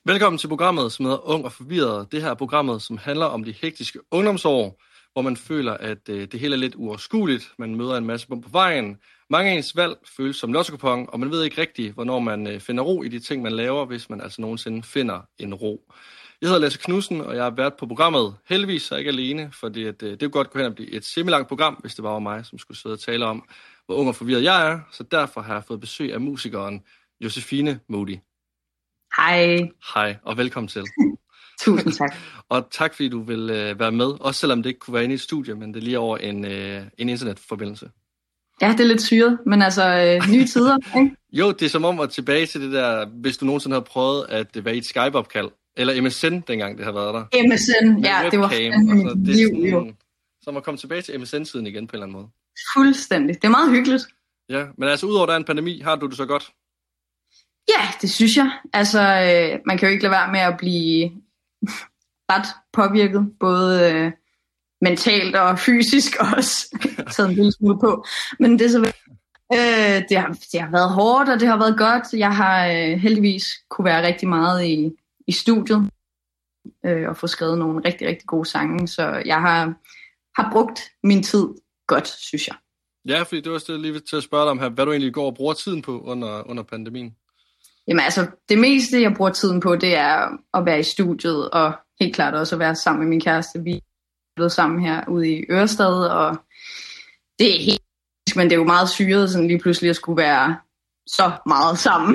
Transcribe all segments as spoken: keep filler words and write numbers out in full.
Velkommen til programmet, som hedder Ung og Forvirret. Det her er programmet, som handler om de hektiske ungdomsår, hvor man føler, at øh, det hele er lidt uoverskueligt. Man møder en masse bump på vejen. Mange af ens valg føles som lotto-kupon, og man ved ikke rigtigt, hvornår man øh, finder ro i de ting, man laver, hvis man altså nogensinde finder en ro. Jeg hedder Lasse Knudsen, og jeg har været på programmet. Heldigvis er jeg ikke alene, fordi at, øh, det kunne godt gå hen og blive et semi-langt program, hvis det var mig, som skulle sidde og tale om, hvor ung og forvirret jeg er. Så derfor har jeg fået besøg af musikeren Josefine Modi. Hej. Hej, og velkommen til. Tusind tak. Og tak, fordi du vil øh, være med, også selvom det ikke kunne være inde i et studie, men det er lige over en, øh, en internetforbindelse. Ja, det er lidt syret, men altså øh, nye tider, ikke? Jo, det er som om at tilbage til det der, hvis du nogensinde har prøvet at være i et Skype-opkald, eller M S N dengang det har været der. M S N, ja, det var fandme mit liv, jo. Som at komme tilbage til M S N-tiden igen på en eller anden måde. Fuldstændig. Det er meget hyggeligt. Ja, men altså udover der er en pandemi, har du det så godt? Ja, det synes jeg. Altså, øh, man kan jo ikke lade være med at blive ret påvirket, både øh, mentalt og fysisk også. Taget en lille smule på. Men det er så øh, det, har, det har været hårdt, og det har været godt. Jeg har øh, heldigvis kunne være rigtig meget i, i studiet øh, og få skrevet nogle rigtig, rigtig gode sange. Så jeg har, har brugt min tid godt, synes jeg. Ja, fordi det var også lige til at spørge dig om her, hvad du egentlig går og bruger tiden på under, under pandemien. Jamen altså, det meste, jeg bruger tiden på, det er at være i studiet, og helt klart også at være sammen med min kæreste. Vi er blevet sammen her ude i Ørestad, og det er helt, men det er jo meget syret, sådan lige pludselig at skulle være så meget sammen.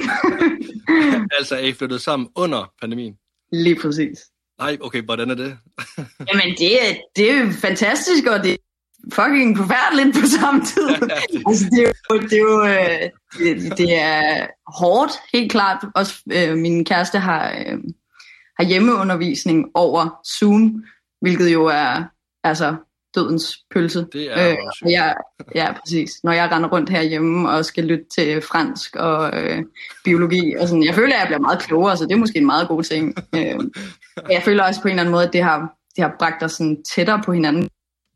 Altså, er I flyttet sammen under pandemien? Lige præcis. Nej, okay, hvordan er det? Jamen, det er, det er jo fantastisk, og det er fucking forfærdeligt på samme tid. Altså, det er jo, det er, jo det, det er hårdt, helt klart. Også øh, min kæreste har, øh, har hjemmeundervisning over Zoom, hvilket jo er altså dødens pølse. Det er øh, og jeg, ja, præcis. Når jeg render rundt herhjemme og skal lytte til fransk og øh, biologi og sådan, jeg føler, at jeg bliver meget klogere, så det er måske en meget god ting. Øh, jeg føler også på en eller anden måde, at det har, det har bragt os sådan tættere på hinanden,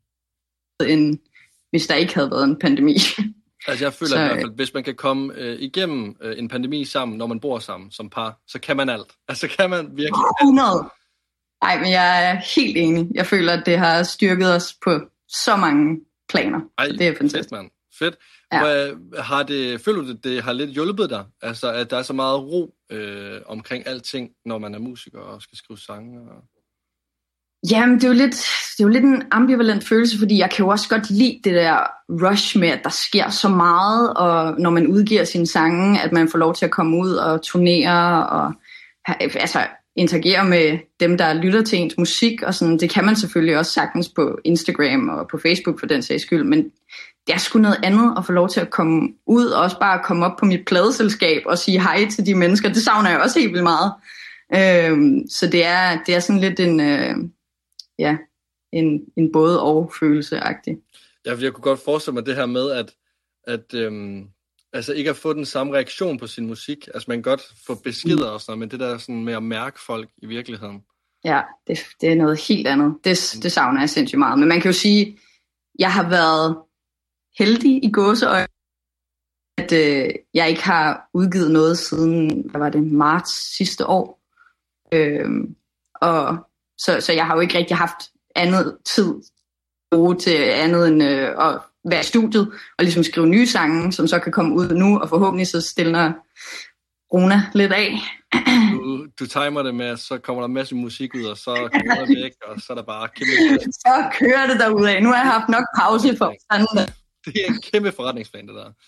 end hvis der ikke havde været en pandemi. Altså jeg føler så, i hvert fald, hvis man kan komme øh, igennem øh, en pandemi sammen, når man bor sammen som par, så kan man alt. Altså kan man virkelig hundrede. Nej, men jeg er helt enig. Jeg føler, at det har styrket os på så mange planer. Ej, det er fantastisk. Fedt, mand. Fedt. Ja. Hvad, har det, føler du, det, det har lidt hjulpet dig? Altså at der er så meget ro øh, omkring alting, når man er musiker og skal skrive sange? Og... Jamen, det er, jo lidt, det er jo lidt en ambivalent følelse, fordi jeg kan jo også godt lide det der rush med, at der sker så meget, og når man udgiver sine sange, at man får lov til at komme ud og turnere, og altså, interagere med dem, der lytter til ens musik, og sådan. Det kan man selvfølgelig også sagtens på Instagram og på Facebook for den sags skyld, men det er sgu noget andet at få lov til at komme ud, og også bare komme op på mit pladeselskab og sige hej til de mennesker. Det savner jeg også helt vildt meget. Øhm, så det er, det er sådan lidt en... Øh, Ja, en, en både og følelse-agtig. Ja, for jeg kunne godt forestille mig det her med, at, at øhm, altså ikke at få den samme reaktion på sin musik. Altså man kan godt få beskeder og sådan noget, men det der sådan med at mærke folk i virkeligheden. Ja, det, det er noget helt andet. Det, det savner jeg sindssygt meget. Men man kan jo sige, jeg har været heldig i gåseøjne, at øh, jeg ikke har udgivet noget siden, hvad var det, marts sidste år. Øhm, og Så, så jeg har jo ikke rigtig haft andet tid at bruge til andet end øh, at være i studiet og ligesom skrive nye sange, som så kan komme ud nu, og forhåbentlig så stiller Rona lidt af. Du, du timer det med, at så kommer der en masse musik ud, og så kommer der væk, og så er der bare kæmpe... Så kører det derudad. Nu har jeg haft nok pause for sådan. Det er en kæmpe forretningsplan, det der.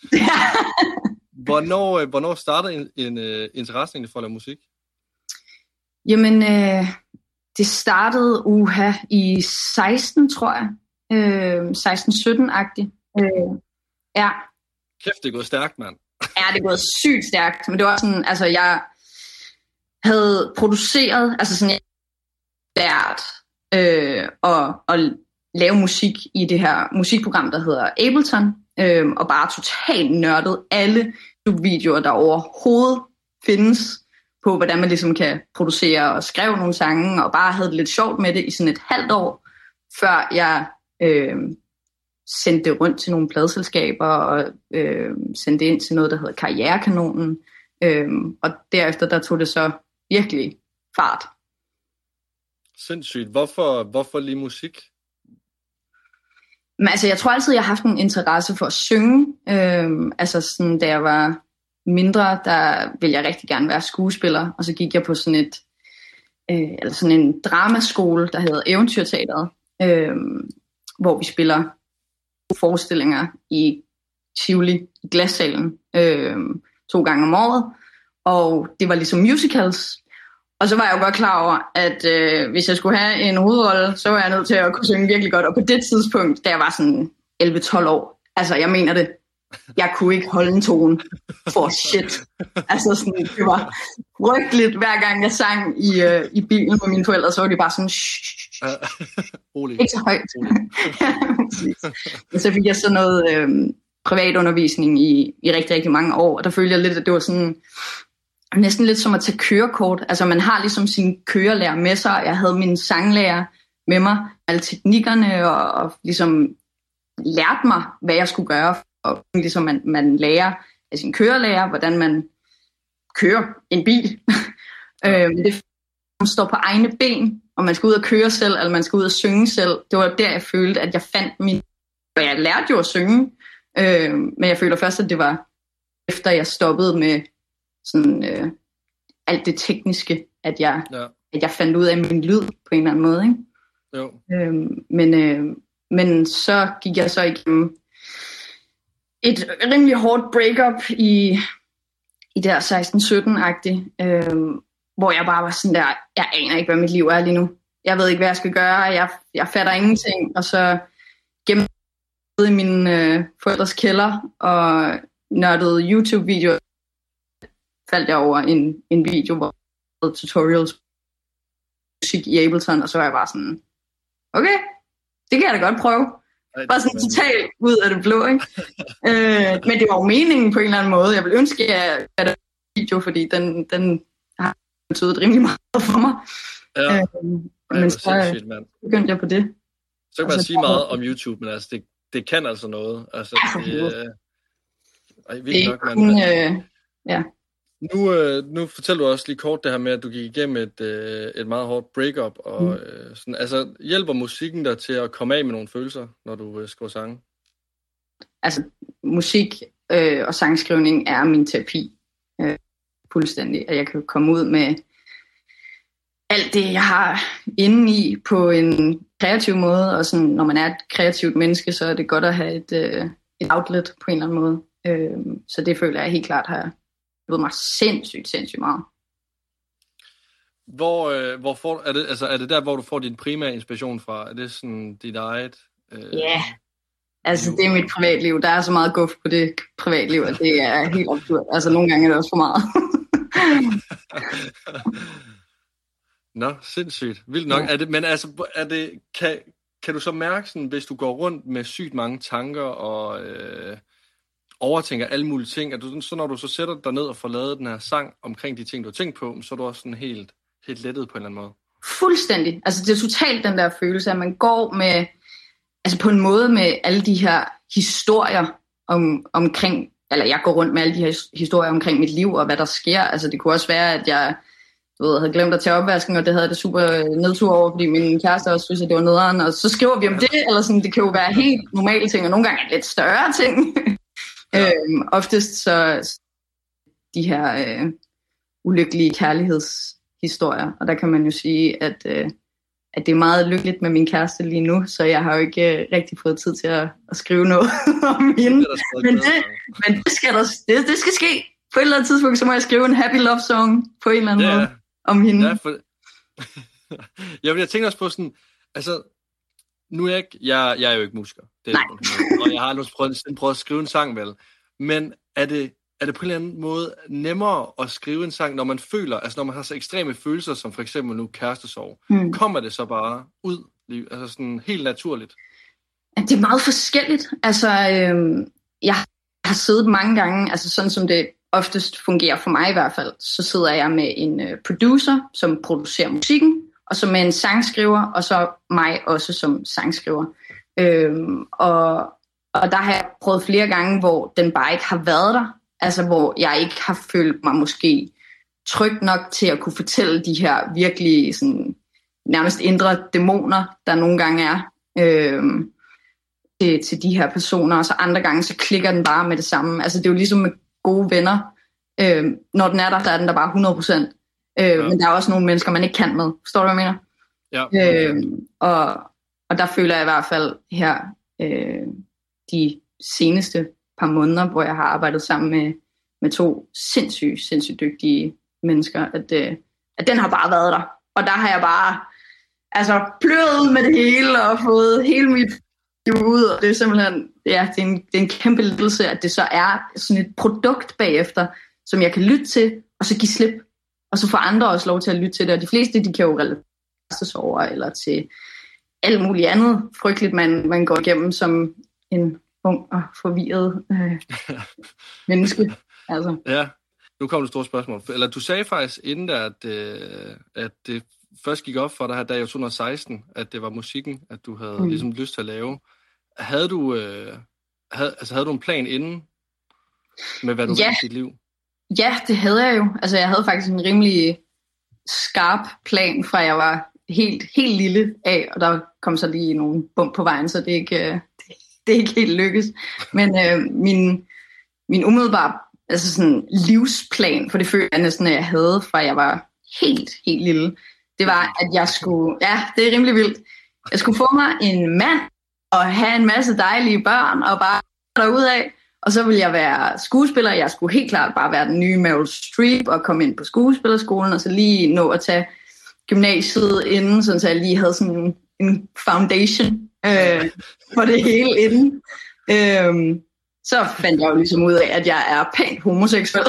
Hvornår, hvornår starter en, en uh, interesse egentlig for at lave musik? Jamen... Øh Det startede uha i seksten, tror jeg. Øh, seksten sytten-agtigt. Øh, ja. Kæft, det er gået stærkt, mand. Ja, det er gået sygt stærkt. Men det var sådan, altså jeg havde produceret, altså sådan, jeg lært øh, at, at lave musik i det her musikprogram, der hedder Ableton. Øh, og bare totalt nørdet alle videoer, der overhovedet findes, på hvordan man ligesom kan producere og skrive nogle sange, og bare havde det lidt sjovt med det i sådan et halvt år, før jeg øh, sendte det rundt til nogle pladeselskaber, og øh, sendte det ind til noget, der hedder Karrierekanonen. Øh, og derefter, der tog det så virkelig fart. Sindssygt. Hvorfor, hvorfor lige musik? Men altså, jeg tror altid, jeg har haft en interesse for at synge. Øhm, altså, sådan, da jeg var mindre, der ville jeg rigtig gerne være skuespiller, og så gik jeg på sådan et, øh, eller sådan en dramaskole, der hedder Eventyrteateret, øh, hvor vi spiller forestillinger i Tivoli, i Glassalen, øh, to gange om året, og det var ligesom musicals. Og så var jeg jo godt klar over, at øh, hvis jeg skulle have en hovedrolle, så var jeg nødt til at kunne synge virkelig godt. Og på det tidspunkt, da jeg var sådan elleve tolv år, altså jeg mener det, jeg kunne ikke holde en tone for shit. Altså sådan, det var frygteligt, hver gang jeg sang i, øh, i bilen med mine forældre, så var de bare sådan, uh, ikke så højt. Og så fik jeg så noget øh, privatundervisning i, i rigtig, rigtig mange år, og der følte jeg lidt, at det var sådan næsten lidt som at tage kørekort. Altså man har ligesom sin kørelærer med sig. Jeg havde min sanglærer med mig, alle teknikkerne, og, og ligesom lærte mig, hvad jeg skulle gøre. Og ligesom man, man lærer af sin kørelærer, hvordan man kører en bil. øhm, det man står på egne ben, og man skal ud og køre selv, eller man skal ud og synge selv. Det var der, jeg følte, at jeg fandt min... Og jeg lærte jo at synge, øhm, men jeg følte først, at det var efter jeg stoppede med sådan øh, alt det tekniske, at jeg, ja. at jeg fandt ud af min lyd på en eller anden måde, ikke? Jo. Øhm, men, øh, men så gik jeg så igennem et rimelig hårdt breakup i, i der seksten sytten-agtigt, øh, hvor jeg bare var sådan der, jeg aner ikke, hvad mit liv er lige nu. Jeg ved ikke, hvad jeg skal gøre, jeg, jeg fatter ingenting, og så gennem i min øh, forældres kælder og nørdede YouTube-videoer, faldt jeg over en, en video, hvor der var tutorials musik i Ableton, og så var jeg bare sådan, okay, det kan jeg da godt prøve. Ej, bare sådan totalt ud af det blå, ikke? øh, men det var jo meningen på en eller anden måde. Jeg ville ønske, at jeg havde en video, fordi den, den har betydet rimelig meget for mig. Ja. Øh, Ej, men så begyndte jeg på det. Så kan man sige meget om YouTube, men altså, det, det kan altså noget. Altså, det, øh, ej, det er nok, man, kun, øh, ja. Nu, øh, nu fortæller du også lige kort det her med, at du gik igennem et, øh, et meget hårdt breakup. Og, mm. øh, sådan, altså, hjælper musikken dig til at komme af med nogle følelser, når du øh, skriver sange? Altså, musik øh, og sangskrivning er min terapi. Øh, fuldstændig. At jeg kan komme ud med alt det, jeg har inde i på en kreativ måde. Og sådan, når man er et kreativt menneske, så er det godt at have et, øh, et outlet på en eller anden måde. Øh, så det føler jeg helt klart har ved mig sindssygt, sindssygt meget. Hvor, øh, hvor får, er, det, altså, er det der, hvor du får din primære inspiration fra? Er det sådan dit eget? Ja, øh, yeah. altså liv? Det er mit privatliv. Der er så meget guf på det privatliv, at det er helt absurd. Altså nogle gange er det også for meget. Nå, sindssygt. Vildt nok. Ja. Er det, men altså, er det, kan, kan du så mærke, sådan, hvis du går rundt med sygt mange tanker og... Øh, overtænker alle mulige ting, at du, så når du så sætter dig ned og får lavet den her sang omkring de ting, du har tænkt på, så er du også sådan helt, helt lettet på en eller anden måde. Fuldstændig. Altså det er totalt den der følelse, at man går med, altså på en måde med alle de her historier om, omkring, eller jeg går rundt med alle de her historier omkring mit liv og hvad der sker. Altså det kunne også være, at jeg du ved, havde glemt at tage opvasken, og det havde det super nedtur over, fordi min kæreste også synes, at det var nederen, og så skriver vi om det, eller sådan, det kan jo være helt normale ting, og nogle gange er det lidt større ting. Ja. Øhm, oftest så de her øh, ulykkelige kærlighedshistorier, og der kan man jo sige, at, øh, at det er meget lykkeligt med min kæreste lige nu, så jeg har jo ikke øh, rigtig fået tid til at, at skrive noget om hende. Men det, men det skal der, det, det skal ske. På et eller andet tidspunkt, så må jeg skrive en happy love song på en eller anden yeah. måde om hende. Ja, for... jeg, jeg tænker også på sådan, altså nu er jeg ikke, jeg, jeg er jo ikke musiker, det er og jeg har aldrig prøvet, prøvet at skrive en sang, vel. Men er det, er det på en eller anden måde nemmere at skrive en sang, når man føler, altså når man har så ekstreme følelser, som for eksempel nu kærestesorg, mm. kommer det så bare ud, altså sådan helt naturligt? Det er meget forskelligt. Altså, øhm, jeg har siddet mange gange, altså sådan som det oftest fungerer for mig i hvert fald, så sidder jeg med en øh, producer, som producerer musikken, og så med en sangskriver, og så mig også som sangskriver. Øhm, og, og der har jeg prøvet flere gange, hvor den bare ikke har været der. Altså hvor jeg ikke har følt mig måske tryg nok til at kunne fortælle de her virkelig sådan, nærmest indre dæmoner, der nogle gange er, øh, til, til de her personer, og så andre gange, så klikker den bare med det samme. Altså det er jo ligesom med gode venner. Øh, når den er der, der er den der bare hundrede procent. Øh, ja. Men der er også nogle mennesker, man ikke kan med. Forstår du, hvad jeg mener? Ja. Øh, og, og der føler jeg i hvert fald her, øh, de seneste par måneder, hvor jeg har arbejdet sammen med, med to sindssygt, sindssygt dygtige mennesker, at, øh, at den har bare været der. Og der har jeg bare altså pløret med det hele, og fået hele mit liv ud, og det er simpelthen, ja, det er en, det er en kæmpe lidelse, at det så er sådan et produkt bagefter, som jeg kan lytte til, og så give slip, og så får andre også lov til at lytte til det, og de fleste, de kan jo relatere sig over, eller til alt muligt andet frygteligt, man, man går igennem som en ung og forvirret øh, menneske. Altså. Ja, nu kommer det store spørgsmål. Eller du sagde faktisk inden der, at, øh, at det først gik op for dig her, da i to tusind og seksten, at det var musikken, at du havde mm. ligesom lyst til at lave. Havde du, øh, havde, altså, havde du en plan inden med, hvad du ja. ville i dit liv? Ja, det havde jeg jo. Altså, jeg havde faktisk en rimelig skarp plan, fra jeg var helt, helt lille af, og der kom så lige nogle bump på vejen, så det er ikke, øh, det, det er ikke helt lykkes. Men øh, min, min umiddelbare altså sådan, livsplan, for det følte jeg næsten, at jeg havde, fra jeg var helt, helt lille, det var, at jeg skulle, ja, det er rimelig vildt, jeg skulle få mig en mand, og have en masse dejlige børn, og bare derudad, og så ville jeg være skuespiller. Jeg skulle helt klart bare være den nye Meryl Streep, og komme ind på skuespillerskolen, og så lige nå at tage gymnasiet inden, så jeg lige havde sådan en foundation øh, for det hele inden. Øh, så fandt jeg jo ligesom ud af, at jeg er pænt homoseksuel.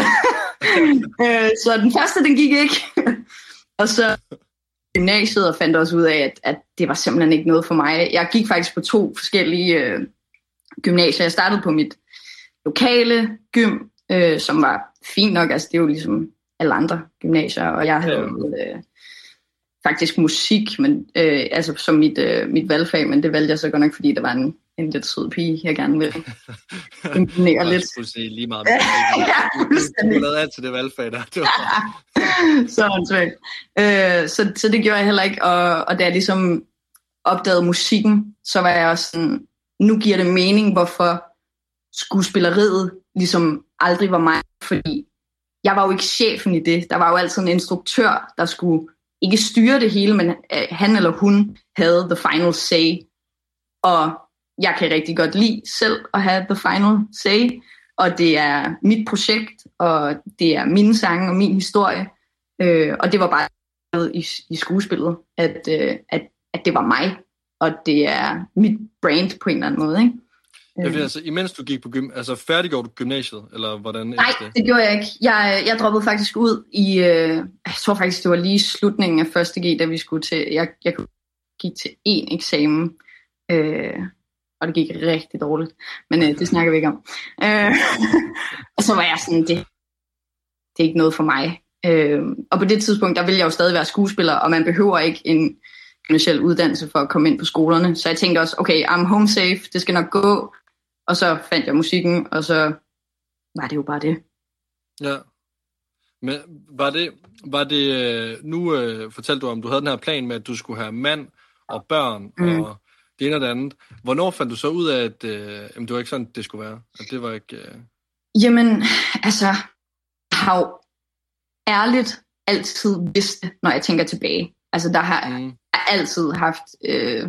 øh, så den første, den gik ikke. Og så gymnasiet, og fandt også ud af, at, at det var simpelthen ikke noget for mig. Jeg gik faktisk på to forskellige øh, gymnasier. Jeg startede på mit lokale gym, øh, som var fint nok. Altså det er jo ligesom alle andre gymnasier, og jeg havde øh, faktisk musik, men øh, altså som mit, øh, mit valgfag, men det valgte jeg så godt nok, fordi der var en, en lidt sød pige, jeg gerne ville imponere lidt. Jeg skulle lige meget. Ja, du lavede alt til det valgfag der. Det var... så åndssvagt. Øh, så, så det gjorde jeg heller ikke, og, og da jeg ligesom opdagede musikken, så var jeg også sådan, nu giver det mening, hvorfor skuespilleriet ligesom aldrig var mig, fordi jeg var jo ikke chefen i det. Der var jo altid en instruktør, der skulle ikke styre det hele, men han eller hun havde the final say. Og jeg kan rigtig godt lide selv at have the final say, og det er mit projekt, og det er mine sange og min historie, øh, og det var bare i, i skuespillet, at, øh, at, at det var mig, og det er mit brand på en eller anden måde, ikke? Jeg ved, altså, imens du gik på gym, altså færdiggjorde du gymnasiet, eller hvordan? Nej, det? det gjorde jeg ikke. Jeg, jeg droppede faktisk ud i, øh, jeg tror faktisk, det var lige slutningen af første G, da vi skulle til, jeg, jeg gik til én eksamen, øh, og det gik rigtig dårligt, men øh, det snakker vi ikke om. Øh, og så var jeg sådan, det, det er ikke noget for mig. Øh, og på det tidspunkt, der ville jeg jo stadig være skuespiller, og man behøver ikke en gymnasial uddannelse for at komme ind på skolerne. Så jeg tænkte også, okay, I'm home safe, det skal nok gå. Og så fandt jeg musikken, og så var det jo bare det. Ja. Men var det, var det nu øh, fortalte du om, du havde den her plan med, at du skulle have mand og børn, mm. og det ene og det andet. Hvornår fandt du så ud af, at øh, jamen, det var ikke sådan, det skulle være? At det var ikke... Øh... Jamen, altså, jeg har jo ærligt altid vidst det, når jeg tænker tilbage. Altså, der har mm. jeg altid haft øh,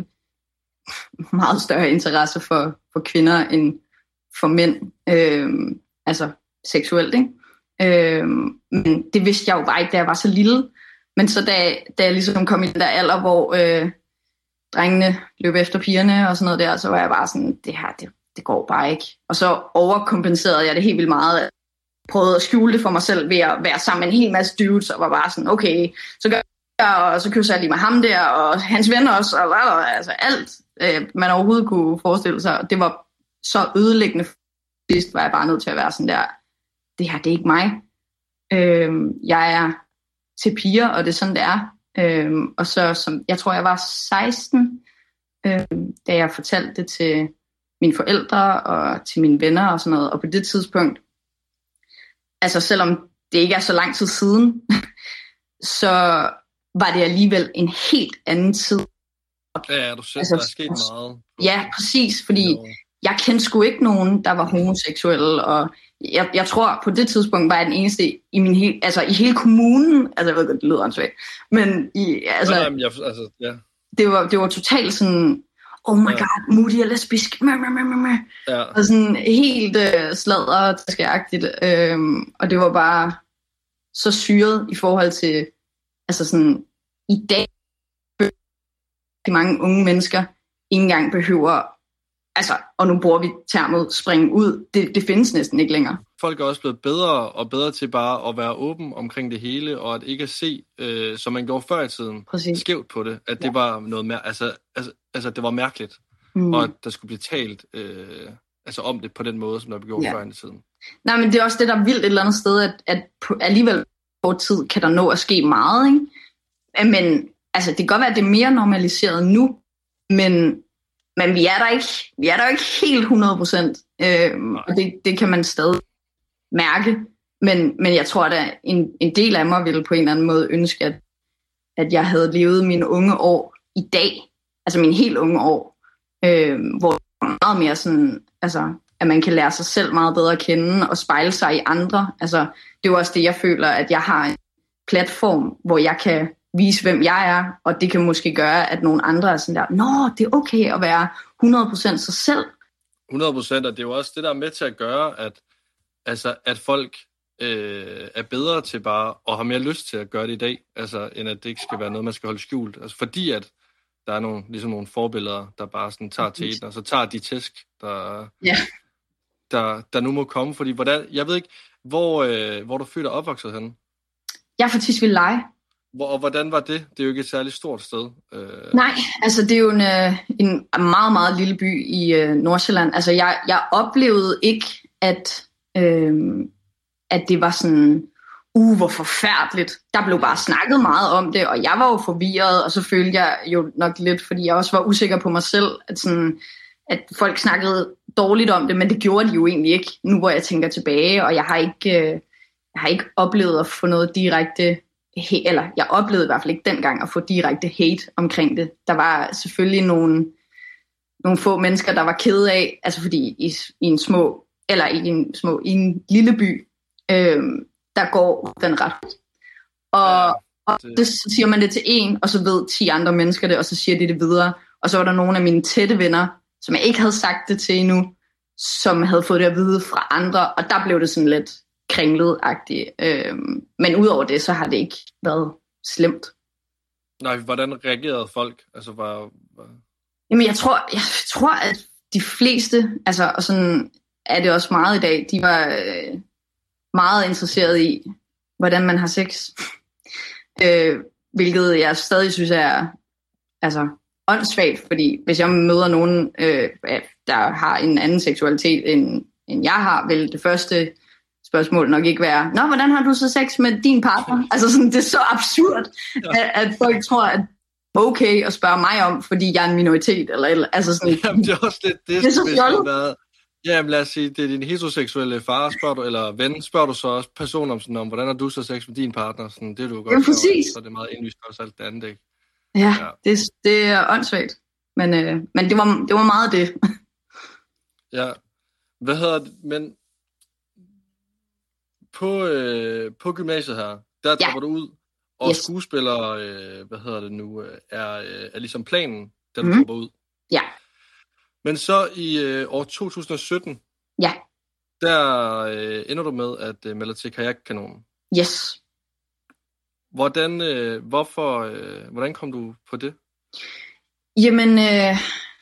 meget større interesse for, for kvinder end for mænd. Øh, altså, seksuelt, ikke? Øh, men det vidste jeg jo bare ikke, da jeg var så lille. Men så da, da jeg ligesom kom i den der alder, hvor øh, drengene løb efter pigerne og sådan noget der, så var jeg bare sådan, det her, det, det går bare ikke. Og så overkompenserede jeg det helt vildt meget. Prøvede at skjule det for mig selv ved at være sammen med en hel masse dudes, og var bare sådan, okay, så gør jeg, og så kysser jeg lige med ham der, og hans venner også, og, og altså alt, øh, man overhovedet kunne forestille sig. Det var så ødelæggende. Sidst var jeg bare nødt til at være sådan der, det her, det er ikke mig. Øh, jeg er til piger, og det er sådan, det er. Øh, og så, som, jeg tror, jeg var seksten, øh, da jeg fortalte det til mine forældre og til mine venner og sådan noget. Og på det tidspunkt, altså selvom det ikke er så lang tid siden, så var det alligevel en helt anden tid. Ja, du synes, altså, der er sket meget. Ja, præcis, fordi jeg kendte sgu ikke nogen, der var homoseksuelle, og jeg, jeg tror, på det tidspunkt var jeg den eneste i min hel, altså i hele kommunen, altså jeg ved godt, det lyder ansvagt, men i, altså, ja, jeg, altså ja. det, var, det var totalt sådan, oh my ja. god, Moody er lesbisk, mæ, mæ, mæ, mæ. Ja. Og sådan helt øh, sladdertæskeagtigt, øhm, og det var bare så syret i forhold til, altså sådan, i dag, de mange unge mennesker ikke engang behøver, altså, og nu bruger vi termet springe ud, det, det findes næsten ikke længere. Folk er også blevet bedre og bedre til bare at være åben omkring det hele, og at ikke at se, øh, som man gjorde før i tiden, Præcis. skævt på det, at det ja. var noget mere, altså, altså, altså det var mærkeligt, mm. og at der skulle blive talt øh, altså om det på den måde, som der blev gjort ja. før i tiden. Nej, men det er også det, der er vildt et eller andet sted, at, at på, alligevel på tid kan der nå at ske meget, ikke? Men altså, det kan godt være, at det er mere normaliseret nu, men, men vi er der ikke, vi er der ikke helt hundrede procent, øhm, og det, det kan man stadig mærke, men, men jeg tror, at en, en del af mig ville på en eller anden måde ønske, at, at jeg havde levet mine unge år i dag, altså mine helt unge år, øhm, hvor det er meget mere sådan, altså, at man kan lære sig selv meget bedre at kende og spejle sig i andre. Altså, det er jo også det, jeg føler, at jeg har en platform, hvor jeg kan vise, hvem jeg er, og det kan måske gøre, at nogle andre er sådan der, nå, det er okay at være hundrede procent sig selv. hundrede procent, og det er jo også det, der er med til at gøre, at, altså, at folk øh, er bedre til bare, og har mere lyst til at gøre det i dag, altså, end at det ikke skal være noget, man skal holde skjult. Altså, fordi at der er nogle, ligesom nogle forbilleder, der bare sådan tager teten, og så tager de tæsk, der, ja. der, der nu må komme. Fordi, hvordan, jeg ved ikke, hvor, øh, hvor du føler opvokset henne? Jeg er fra Tisvildeleje. Hvor, og hvordan var det? Det er jo ikke et særligt stort sted. Øh... Nej, altså det er jo en, en meget, meget lille by i øh, Nordsjælland. Altså jeg, jeg oplevede ikke, at, øh, at det var sådan, uh, hvor forfærdeligt. Der blev bare snakket meget om det, og jeg var jo forvirret, og så følte jeg jo nok lidt, fordi jeg også var usikker på mig selv, at, sådan, at folk snakkede dårligt om det, men det gjorde de jo egentlig ikke, nu hvor jeg tænker tilbage, og jeg har ikke, øh, jeg har ikke oplevet at få noget direkte, eller jeg oplevede i hvert fald ikke dengang at få direkte hate omkring det. Der var selvfølgelig nogle, nogle få mennesker, der var kede af, altså fordi i, i en små, eller i en små, i en lille by, øh, der går den ret. Og, og det, så siger man det til en, og så ved ti andre mennesker det, og så siger de det videre. Og så var der nogle af mine tætte venner, som jeg ikke havde sagt det til endnu, som havde fået det at vide fra andre, og der blev det sådan lidt kringlet-agtigt. Øhm, men udover det, så har det ikke været slemt. Nej, hvordan reagerede folk? Altså, var, var... Jamen, jeg tror, jeg tror, at de fleste, altså, og sådan er det også meget i dag, de var øh, meget interesserede i, hvordan man har sex. øh, hvilket jeg stadig synes er altså, åndssvagt, fordi hvis jeg møder nogen, øh, der har en anden seksualitet, end, end jeg har, vil det første spørgsmål nok ikke være, nå, hvordan har du så sex med din partner? Altså sådan, det er så absurd, ja. at, at folk tror, at okay at spørge mig om, fordi jeg er en minoritet, eller, eller altså sådan. Jamen, det er også lidt det, det er så fjollet. Jamen lad os sige, det er din heteroseksuelle far, spørger du, eller ven, spørger du så også personen om sådan, om hvordan har du så sex med din partner? Sådan, det er du godt. Ja, præcis. Så er det meget indlyst også alt det andet, ikke? Ja, ja. Det, det er åndssvagt. Men, øh, men det, var, det var meget det. Ja. Hvad hedder det? Men på, øh, på gymnasiet her, der ja. Dropper du ud, og yes. skuespiller, øh, hvad hedder det nu, er, øh, er ligesom planen, da du mm. dropper ud. Ja. Men så i øh, år to tusind og sytten, ja. der øh, ender du med at øh, melde til Kajakkanonen. Yes. Hvordan, øh, hvorfor, øh, hvordan kom du på det? Jamen, øh,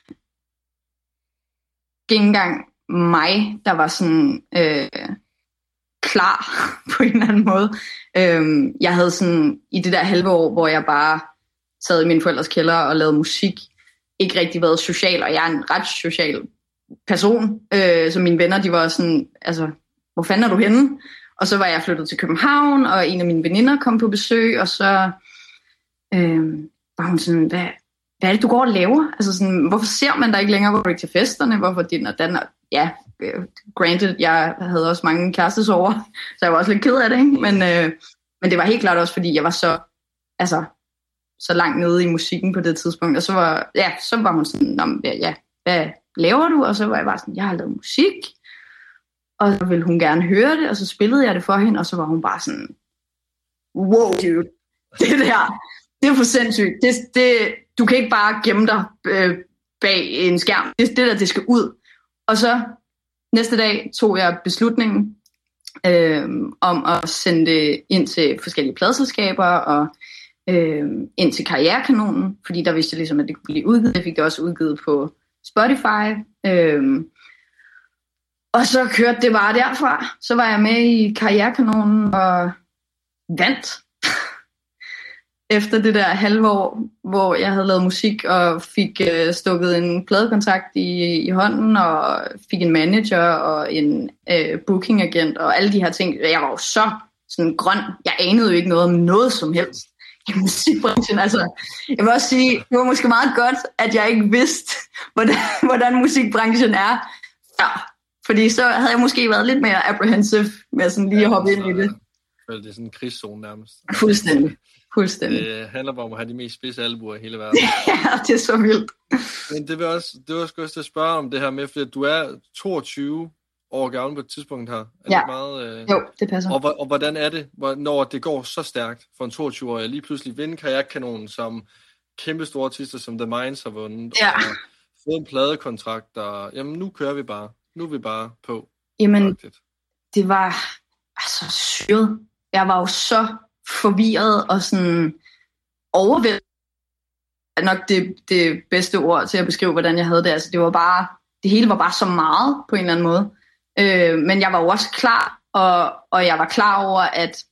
ikke engang mig, der var sådan øh, klar på en eller anden måde. Øh, jeg havde sådan, i det der halve år, hvor jeg bare sad i min forældres kælder og lavede musik, ikke rigtig været social, og jeg er en ret social person, øh, så mine venner, de var sådan, altså, hvor fanden er du henne? Og så var jeg flyttet til København, og en af mine veninder kom på besøg, og så øh, var hun sådan, hvad, hvad er det, du går og laver? Altså sådan, hvorfor ser man dig ikke længere? Hvorfor ikke til festerne? Hvorfor din og den? Og ja, granted, jeg havde også mange kærestesorger, så jeg var også lidt ked af det, ikke? Men, øh, men det var helt klart også, fordi jeg var så, altså, så langt nede i musikken på det tidspunkt, og så var, ja, så var hun sådan, ja, hvad laver du? Og så var jeg bare sådan, jeg har lavet musik, og så ville hun gerne høre det, og så spillede jeg det for hende, og så var hun bare sådan, wow, dude, det der, det er for sindssygt, det, det, du kan ikke bare gemme dig øh, bag en skærm, det, det der, det skal ud. Og så næste dag tog jeg beslutningen øh, om at sende det ind til forskellige pladeselskaber, og øh, ind til Karrierekanonen, fordi der vidste jeg ligesom, at det kunne blive udgivet. Jeg fik det også udgivet på Spotify, øh, og så kørte det bare derfra. Så var jeg med i Karrierekanonen og vandt efter det der halve år, hvor jeg havde lavet musik og fik øh, stukket en pladekontrakt i, i hånden og fik en manager og en øh, bookingagent og alle de her ting. Jeg var jo så sådan grøn. Jeg anede jo ikke noget om noget som helst i musikbranchen. Altså, jeg vil også sige, det var måske meget godt, at jeg ikke vidste, hvordan, hvordan musikbranchen er før. Fordi så havde jeg måske været lidt mere apprehensive med sådan lige at hoppe ind i det. Det er sådan en krigszone nærmest. Fuldstændig. Fuldstændig. Det handler bare om at have de mest spidse albuer i hele verden. Ja, det er så vildt. Men det vil også, det var også godt at spørge om det her med, fordi du er toogtyve år gammel på et tidspunkt her. Er ja, det meget, øh... jo, det passer. Og, og hvordan er det, når det går så stærkt for en toogtyve-årig, lige pludselig vinde Karrierekanonen, som kæmpe store artister som The Minds har vundet, ja. og fået en pladekontrakt, og jamen nu kører vi bare. Nu er vi bare på. Jamen, Faktisk. Det var altså syret. Jeg var jo så forvirret og sådan overvældet. Nok det, det bedste ord til at beskrive, hvordan jeg havde det. Altså, det var bare, det hele var bare så meget på en eller anden måde. Øh, men jeg var jo også klar, og, og jeg var klar over, at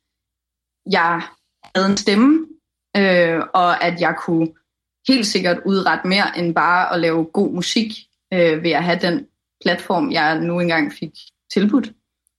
jeg havde en stemme, øh, og at jeg kunne helt sikkert udrette mere end bare at lave god musik øh, ved at have den platform, jeg nu engang fik tilbudt.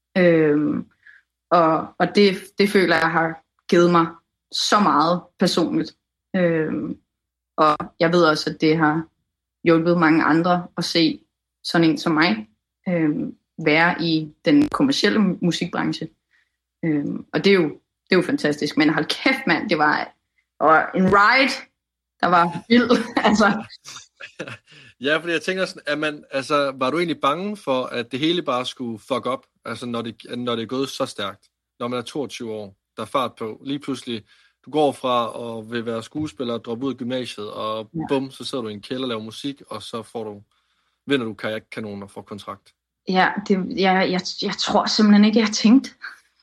Øh, og og det, det føler jeg har givet mig så meget personligt. Øh, og jeg ved også, at det har hjulpet mange andre at se sådan en som mig øh, være i den kommercielle musikbranche. Øh, og det er, jo, det er jo fantastisk. Men hold kæft, mand, det var og en ride, der var vild. altså. Ja, fordi jeg tænker sådan, at man, altså, var du egentlig bange for, at det hele bare skulle fuck up, altså når det, når det er gået så stærkt, når man er toogtyve år, der er fart på, lige pludselig, du går fra at vil være skuespiller og droppe ud af gymnasiet, og ja. Bum, så sidder du i en kælder og laver musik, og så får du, vinder du Karrierekanonen og får kontrakt. Ja, det, jeg, jeg, jeg tror simpelthen ikke, jeg har tænkt.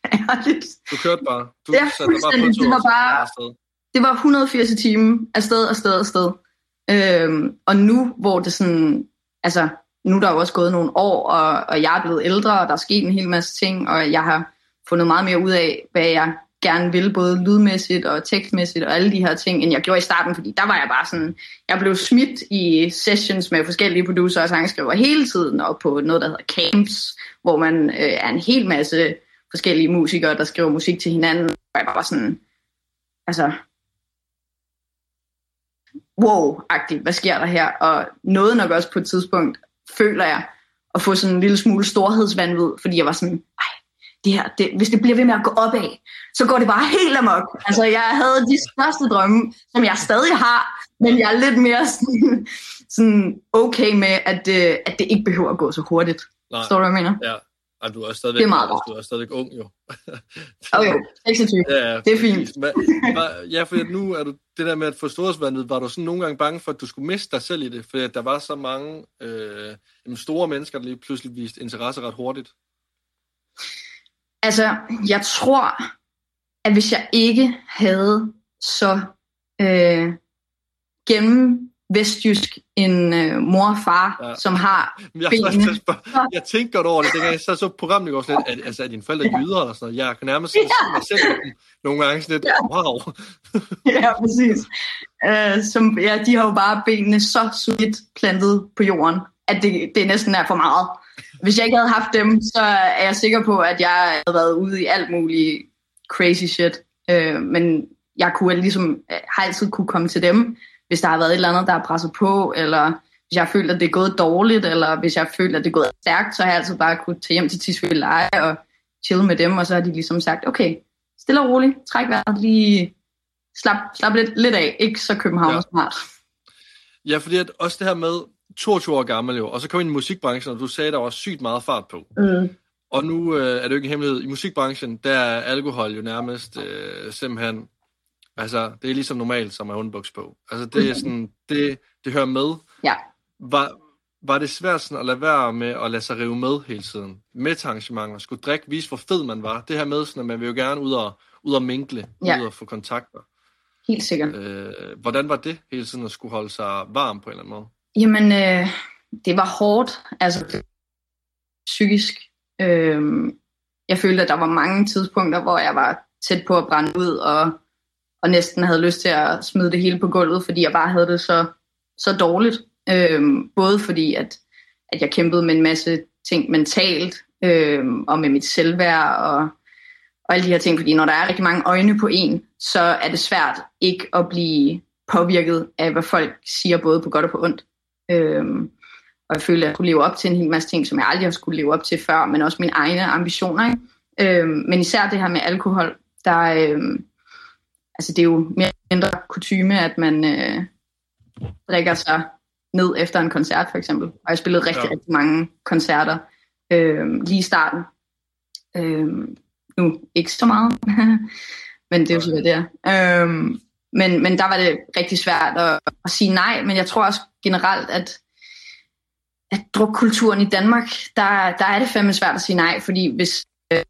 Du kørte bare. Du ja, satte dig bare på det var bare, det var et hundrede og firs i timen, afsted, afsted, afsted. Øhm, og nu, hvor det sådan, altså, nu er der jo også gået nogle år, og, og jeg er blevet ældre, og der er sket en hel masse ting, og jeg har fundet meget mere ud af, hvad jeg gerne vil, både lydmæssigt og tekstmæssigt, og alle de her ting, end jeg gjorde i starten, fordi der var jeg bare sådan, jeg blev smidt i sessions med forskellige producer og sangskriver hele tiden, og på noget, der hedder camps, hvor man øh, er en hel masse forskellige musikere, der skriver musik til hinanden, og jeg var sådan, altså, wow-agtigt, hvad sker der her? Og noget nok også på et tidspunkt, føler jeg, at få sådan en lille smule storhedsvanvid, fordi jeg var sådan, ej, det her, det, hvis det bliver ved med at gå opad, så går det bare helt amok. Altså, jeg havde de største drømme, som jeg stadig har, men jeg er lidt mere sådan, sådan okay med, at det, at det ikke behøver at gå så hurtigt. Nej. Forstår du, hvad jeg mener? Ja. Ej, du er stadigvæk, det er meget du er stadigvæk ung, jo. Åh oh, jo, seksogtyve. Ja, ja, det er fint. Ja, for nu er du, det der med at få storhedsvandet, var du sådan nogle gange bange for, at du skulle miste dig selv i det, fordi der var så mange øh, store mennesker, der lige pludselig viste interesse ret hurtigt. Altså, jeg tror, at hvis jeg ikke havde så øh, gennem vestjysk en øh, mor og far, ja. Som har jeg, benene. Jeg, jeg tænkte godt over det, dengang jeg så, så programmet i går sådan lidt, at, altså, er dine forældre jyder eller sådan noget? Jeg kan nærmest ja. Se mig selv nogle gange sådan lidt, ja. Wow. Ja, præcis. Uh, som, ja, de har jo bare benene så solidt plantet på jorden, at det, det næsten er for meget. Hvis jeg ikke havde haft dem, så er jeg sikker på, at jeg havde været ude i alt muligt crazy shit. Uh, men jeg kunne ligesom, har altid kunne komme til dem, hvis der har været et eller andet, der er presset på, eller hvis jeg føler, at det er gået dårligt, eller hvis jeg føler, at det er gået stærkt, så har jeg altid bare kunne tage hjem til Tisvilde Leje og chille med dem, og så har de ligesom sagt, okay, stille og roligt, træk vejret, lige slap, slap lidt, lidt af, ikke så København ja. Smart. Ja, fordi at også det her med toogtyve år gammel jo, og så kom ind i musikbranchen, og du sagde, der var sygt meget fart på. Mm. Og nu øh, er det jo ikke en hemmelighed. I musikbranchen, der er alkohol jo nærmest øh, simpelthen, altså det er ligesom normalt, som er underbuks på. Altså det er sådan, det, det hører med. Ja. Var, var det svært sådan at lade være med at lade sig rive med hele tiden? Med til arrangementer, skulle drikke, vise hvor fed man var. Det her med sådan, at man vil jo gerne ud og, ud og minkle, ja. Ud og få kontakter. Helt sikkert. Øh, hvordan var det hele tiden at skulle holde sig varm på en eller anden måde? Jamen, øh, det var hårdt, altså psykisk. Øh, jeg følte, at der var mange tidspunkter, hvor jeg var tæt på at brænde ud, og, og næsten havde lyst til at smide det hele på gulvet, fordi jeg bare havde det så, så dårligt. Øh, både fordi, at, at jeg kæmpede med en masse ting mentalt, øh, og med mit selvværd, og, og alle de her ting, fordi når der er rigtig mange øjne på en, så er det svært ikke at blive påvirket af, hvad folk siger, både på godt og på ondt. Øhm, og jeg følte, at jeg kunne leve op til en hel masse ting, som jeg aldrig har skulle leve op til før, men også mine egne ambitioner. Ikke? Øhm, men især det her med alkohol, der, øhm, altså det er jo mere eller mindre kutyme, at man øh, drikker sig ned efter en koncert for eksempel. Og jeg spillede rigtig, ja. rigtig mange koncerter øhm, lige i starten. Øhm, nu ikke så meget, men det er jo så, hvad det er. Øhm, Men, men der var det rigtig svært at, at sige nej, men jeg tror også generelt, at, at drukkulturen i Danmark, der, der er det fandme svært at sige nej, fordi hvis, øh,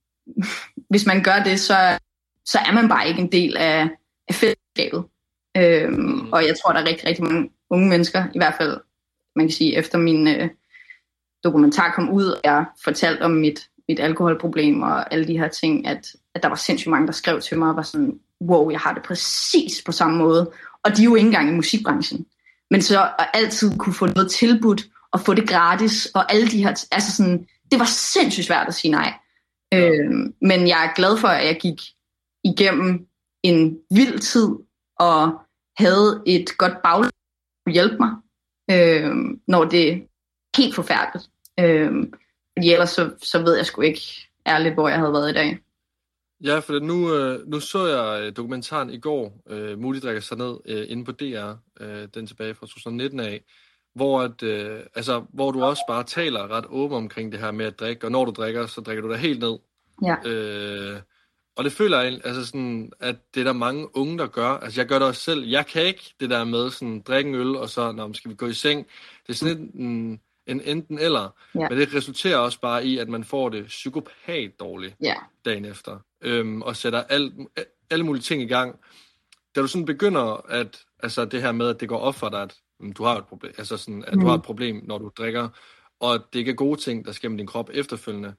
hvis man gør det, så, så er man bare ikke en del af, af fællesskabet. Øhm, og jeg tror, der er rigtig, rigtig mange unge mennesker, i hvert fald, man kan sige, efter min øh, dokumentar kom ud, og jeg fortalte om mit, mit alkoholproblem og alle de her ting, at, at der var sindssygt mange, der skrev til mig og var sådan, wow, jeg har det præcis på samme måde. Og de er jo ikke engang i musikbranchen. Men så at altid kunne få noget tilbudt, og få det gratis, og alle de her, altså sådan, det var sindssygt svært at sige nej. Ja. Øhm, men jeg er glad for, at jeg gik igennem en vild tid, og havde et godt bagland, der kunne hjælpe mig, øhm, når det er helt forfærdeligt. Øhm, fordi ellers så, så ved jeg sgu ikke ærligt, hvor jeg havde været i dag. Ja, for nu, øh, nu så jeg dokumentaren i går, øh, Muligt drikker sig ned, øh, inde på D R, øh, den tilbage fra to tusind nitten af, hvor, at, øh, altså, hvor du også bare taler ret åben omkring det her med at drikke, og når du drikker, så drikker du dig helt ned. Ja. Øh, og det føler jeg, altså sådan, at det er der mange unge, der gør. Altså jeg gør det også selv. Jeg kan ikke det der med sådan, drikke en øl, og så, nå, skal vi gå i seng. Det er sådan en, en enten eller. Ja. Men det resulterer også bare i, at man får det psykopat dårligt ja. dagen efter. Øhm, og sætter al, alle mulige ting i gang. Da du sådan begynder, at altså det her med, at det går op for dig, at um, du har et problem, altså sådan, at mm. du har et problem, når du drikker, og at det ikke er gode ting, der sker med din krop efterfølgende.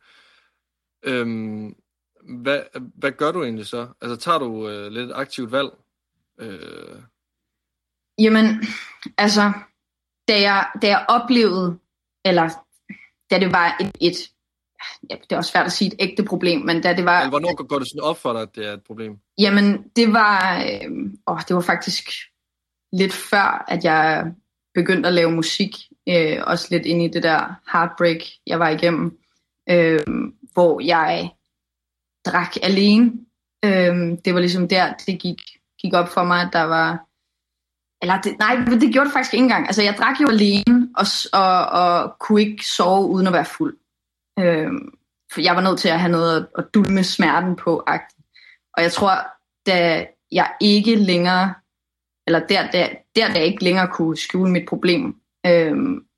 Øhm, hvad, hvad gør du egentlig så? Altså tager du øh, lidt et aktivt valg? Øh... Jamen, altså, da jeg, da jeg oplevede, eller da det var et, et ja, det er også svært at sige et ægte problem, men da det var... Eller hvornår går det sådan op for dig, at det er et problem? Jamen, det var, øh, åh, det var faktisk lidt før, at jeg begyndte at lave musik, øh, også lidt ind i det der heartbreak, jeg var igennem, øh, hvor jeg drak alene. Øh, det var ligesom der, det gik, gik op for mig, at der var... Eller det, nej, det gjorde det faktisk ikke engang. Altså, jeg drak jo alene, og, og, og kunne ikke sove uden at være fuld. Øhm, for jeg var nødt til at have noget at, at dulme smerten på akt. Og jeg tror, da jeg ikke længere, eller der, der, der, der jeg ikke længere kunne skjule mit problem, øhm,